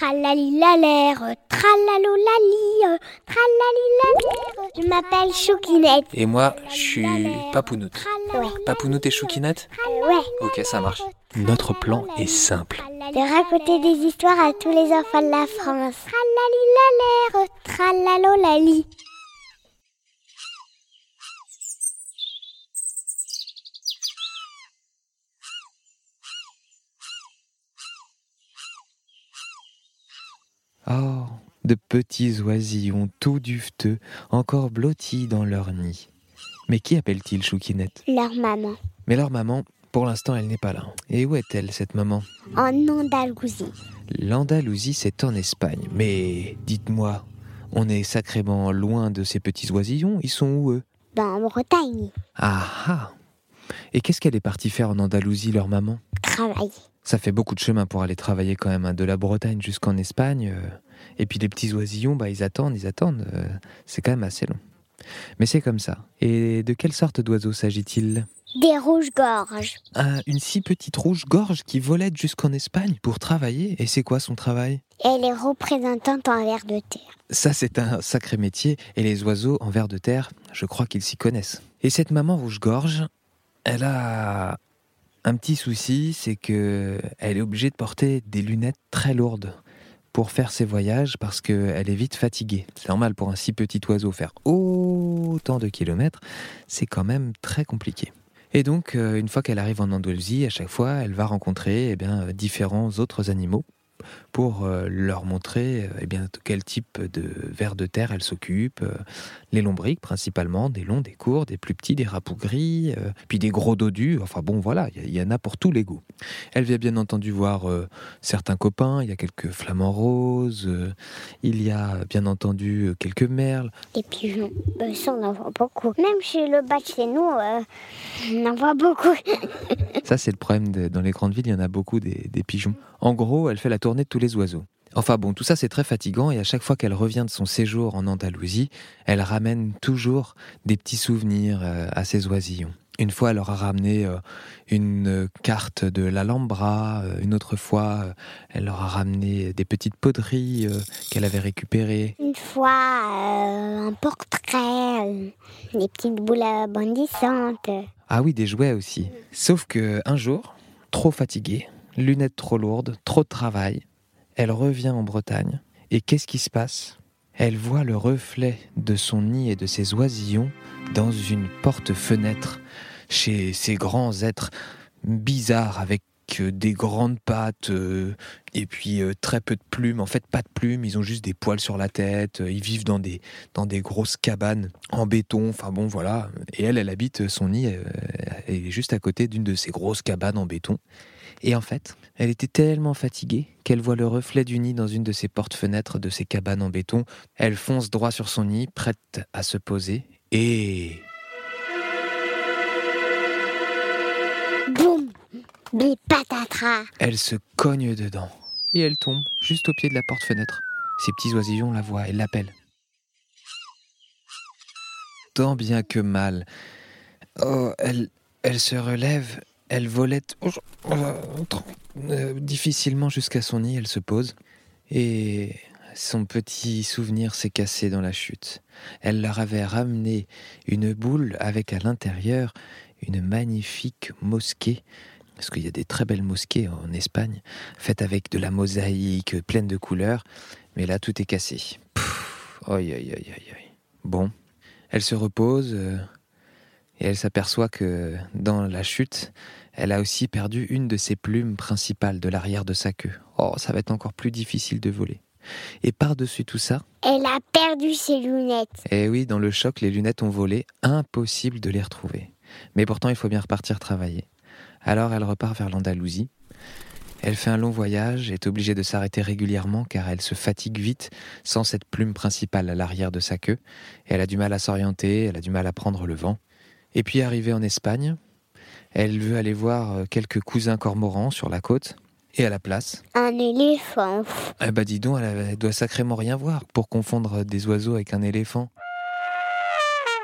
Tralalilalère, tralalolali, tralalilalère. Je m'appelle Choukinette. Et moi, je suis Papounoute. Ouais. Papounoute et Choukinette ? Ouais. Ok, ça marche. Notre plan est simple. De raconter des histoires à tous les enfants de la France. Tralalilalère, tralalolali. Oh, de petits oisillons tout duveteux, encore blottis dans leur nid. Mais qui appelle-t-il Choukinette ? Leur maman. Mais leur maman, pour l'instant, elle n'est pas là. Et où est-elle, cette maman ? En Andalousie. L'Andalousie, c'est en Espagne. Mais dites-moi, on est sacrément loin de ces petits oisillons. Ils sont où, eux ? En Bretagne. Ah ah ! Et qu'est-ce qu'elle est partie faire en Andalousie, leur maman ? Travail. Ça fait beaucoup de chemin pour aller travailler quand même, hein, de la Bretagne jusqu'en Espagne. Et puis les petits oisillons, ils attendent. C'est quand même assez long. Mais c'est comme ça. Et de quelle sorte d'oiseau s'agit-il ? Des rouges-gorges. Une si petite rouge-gorge qui volette jusqu'en Espagne pour travailler. Et c'est quoi son travail ? Elle est représentante en ver de terre. Ça, c'est un sacré métier. Et les oiseaux en ver de terre, je crois qu'ils s'y connaissent. Et cette maman rouge-gorge, elle a un petit souci, c'est que elle est obligée de porter des lunettes très lourdes pour faire ses voyages parce qu'elle est vite fatiguée. C'est normal pour un si petit oiseau faire autant de kilomètres, c'est quand même très compliqué. Et donc, une fois qu'elle arrive en Andalousie, à chaque fois, elle va rencontrer différents autres animaux pour leur montrer de quel type de vers de terre elle s'occupe. Les lombrics principalement, des longs, des courts, des plus petits, des rapougris, puis des gros dodus. Enfin bon, voilà, il y en a pour tous les goûts. Elle vient bien entendu voir certains copains, il y a quelques flamants roses, il y a bien entendu quelques merles. Des pigeons, ça on en voit beaucoup. Même chez le bas de chez nous, on en voit beaucoup. Ça, c'est le problème, dans les grandes villes, il y en a beaucoup des pigeons. En gros, elle fait la tournée de tous les oiseaux. Enfin bon, tout ça c'est très fatigant et à chaque fois qu'elle revient de son séjour en Andalousie, elle ramène toujours des petits souvenirs à ses oisillons. Une fois, elle leur a ramené une carte de l'Alhambra. Une autre fois, elle leur a ramené des petites poteries qu'elle avait récupérées. Une fois, un portrait, des petites boules bondissantes. Ah oui, des jouets aussi. Sauf qu'un jour, trop fatiguée, lunettes trop lourdes, trop de travail, elle revient en Bretagne. Et qu'est-ce qui se passe ? Elle voit le reflet de son nid et de ses oisillons dans une porte-fenêtre chez ces grands êtres bizarres avec des grandes pattes et puis très peu de plumes. En fait, pas de plumes, ils ont juste des poils sur la tête. Ils vivent dans des grosses cabanes en béton. Enfin bon, voilà. Et elle habite son nid. Elle est juste à côté d'une de ces grosses cabanes en béton. Et en fait, elle était tellement fatiguée qu'elle voit le reflet du nid dans une de ces portes-fenêtres de ces cabanes en béton. Elle fonce droit sur son nid, prête à se poser. Et... Boum, des patatras. elle se cogne dedans. Et elle tombe juste au pied de la porte-fenêtre. Ces petits oisillons la voient et l'appellent. Tant bien que mal. Oh, elle se relève... Elle volette difficilement jusqu'à son nid, elle se pose et son petit souvenir s'est cassé dans la chute. Elle leur avait ramené une boule avec à l'intérieur une magnifique mosquée, parce qu'il y a des très belles mosquées en Espagne, faites avec de la mosaïque, pleine de couleurs, mais là tout est cassé. Aïe, aïe, aïe, aïe, aïe. Bon, elle se repose... Et elle s'aperçoit que, dans la chute, elle a aussi perdu une de ses plumes principales de l'arrière de sa queue. Oh, ça va être encore plus difficile de voler. Et par-dessus tout ça... elle a perdu ses lunettes. Eh oui, dans le choc, les lunettes ont volé. Impossible de les retrouver. Mais pourtant, il faut bien repartir travailler. Alors, elle repart vers l'Andalousie. Elle fait un long voyage, est obligée de s'arrêter régulièrement car elle se fatigue vite sans cette plume principale à l'arrière de sa queue. Et elle a du mal à s'orienter, elle a du mal à prendre le vent. Et puis arrivée en Espagne, elle veut aller voir quelques cousins cormorans sur la côte. Et à la place... un éléphant. dis donc, elle doit sacrément rien voir pour confondre des oiseaux avec un éléphant.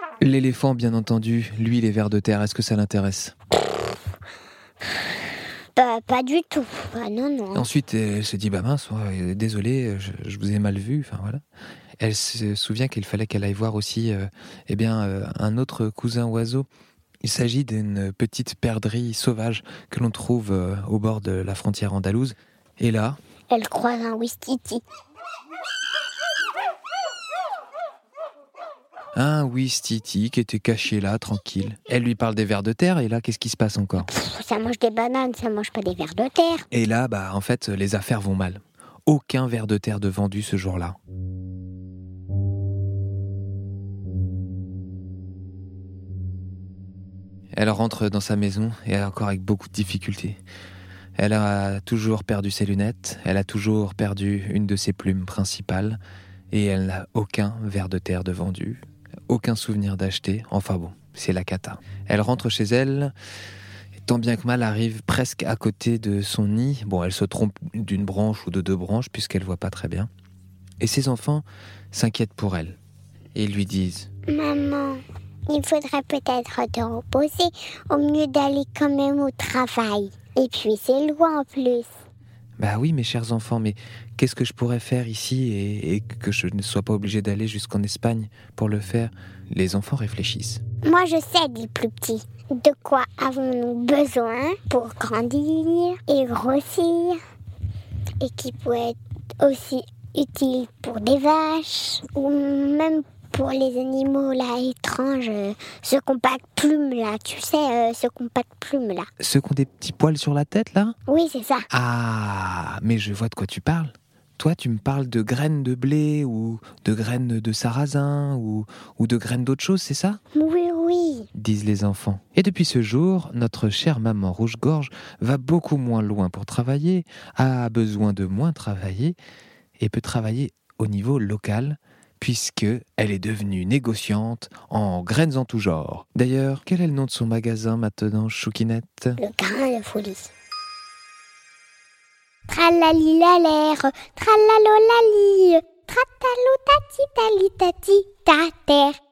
L'éléphant, bien entendu, lui, les vers de terre, est-ce que ça l'intéresse ? Pas du tout. Non. Ensuite, elle se dit, bah mince, désolé, je vous ai mal vu, enfin voilà. Elle se souvient qu'il fallait qu'elle aille voir aussi un autre cousin oiseau. Il s'agit d'une petite perdrix sauvage que l'on trouve au bord de la frontière andalouse. Et là, Elle croise un ouistiti. un ouistiti qui était caché là, tranquille. Elle lui parle des vers de terre, et là, qu'est-ce qui se passe encore ? Ça mange des bananes, ça mange pas des vers de terre. Et là, en fait, les affaires vont mal. Aucun ver de terre de vendu ce jour-là. Elle rentre dans sa maison, et encore avec beaucoup de difficultés. Elle a toujours perdu ses lunettes, elle a toujours perdu une de ses plumes principales, et elle n'a aucun ver de terre de vendu, aucun souvenir d'acheter, enfin bon, c'est la cata. Elle rentre chez elle, et tant bien que mal arrive presque à côté de son nid. Bon, elle se trompe d'une branche ou de 2 branches, puisqu'elle voit pas très bien. Et ses enfants s'inquiètent pour elle, et lui disent « Maman, il faudrait peut-être te reposer au mieux d'aller quand même au travail. Et puis c'est loin en plus. » Bah oui, mes chers enfants, mais qu'est-ce que je pourrais faire ici et que je ne sois pas obligé d'aller jusqu'en Espagne pour le faire ? Les enfants réfléchissent. Moi je sais, dit plus petit. De quoi avons-nous besoin pour grandir et grossir? Et qui pourrait être aussi utile pour des vaches ou même pour les animaux là étranges, ceux qui n'ont pas de plumes là, tu sais, ceux qui n'ont pas de plumes là. Ceux qui ont des petits poils sur la tête, là ? Oui, c'est ça. Ah, mais je vois de quoi tu parles. Toi, tu me parles de graines de blé ou de graines de sarrasin ou de graines d'autre chose, c'est ça ? Oui. Disent les enfants. Et depuis ce jour, notre chère maman rouge-gorge va beaucoup moins loin pour travailler, a besoin de moins travailler et peut travailler au niveau local, puisque elle est devenue négociante en graines en tout genre. D'ailleurs, quel est le nom de son magasin maintenant, Choukinette ? Le grain de folie. Tralali la l'air, tralalo la lie, tratalo tati tali tati ta terre.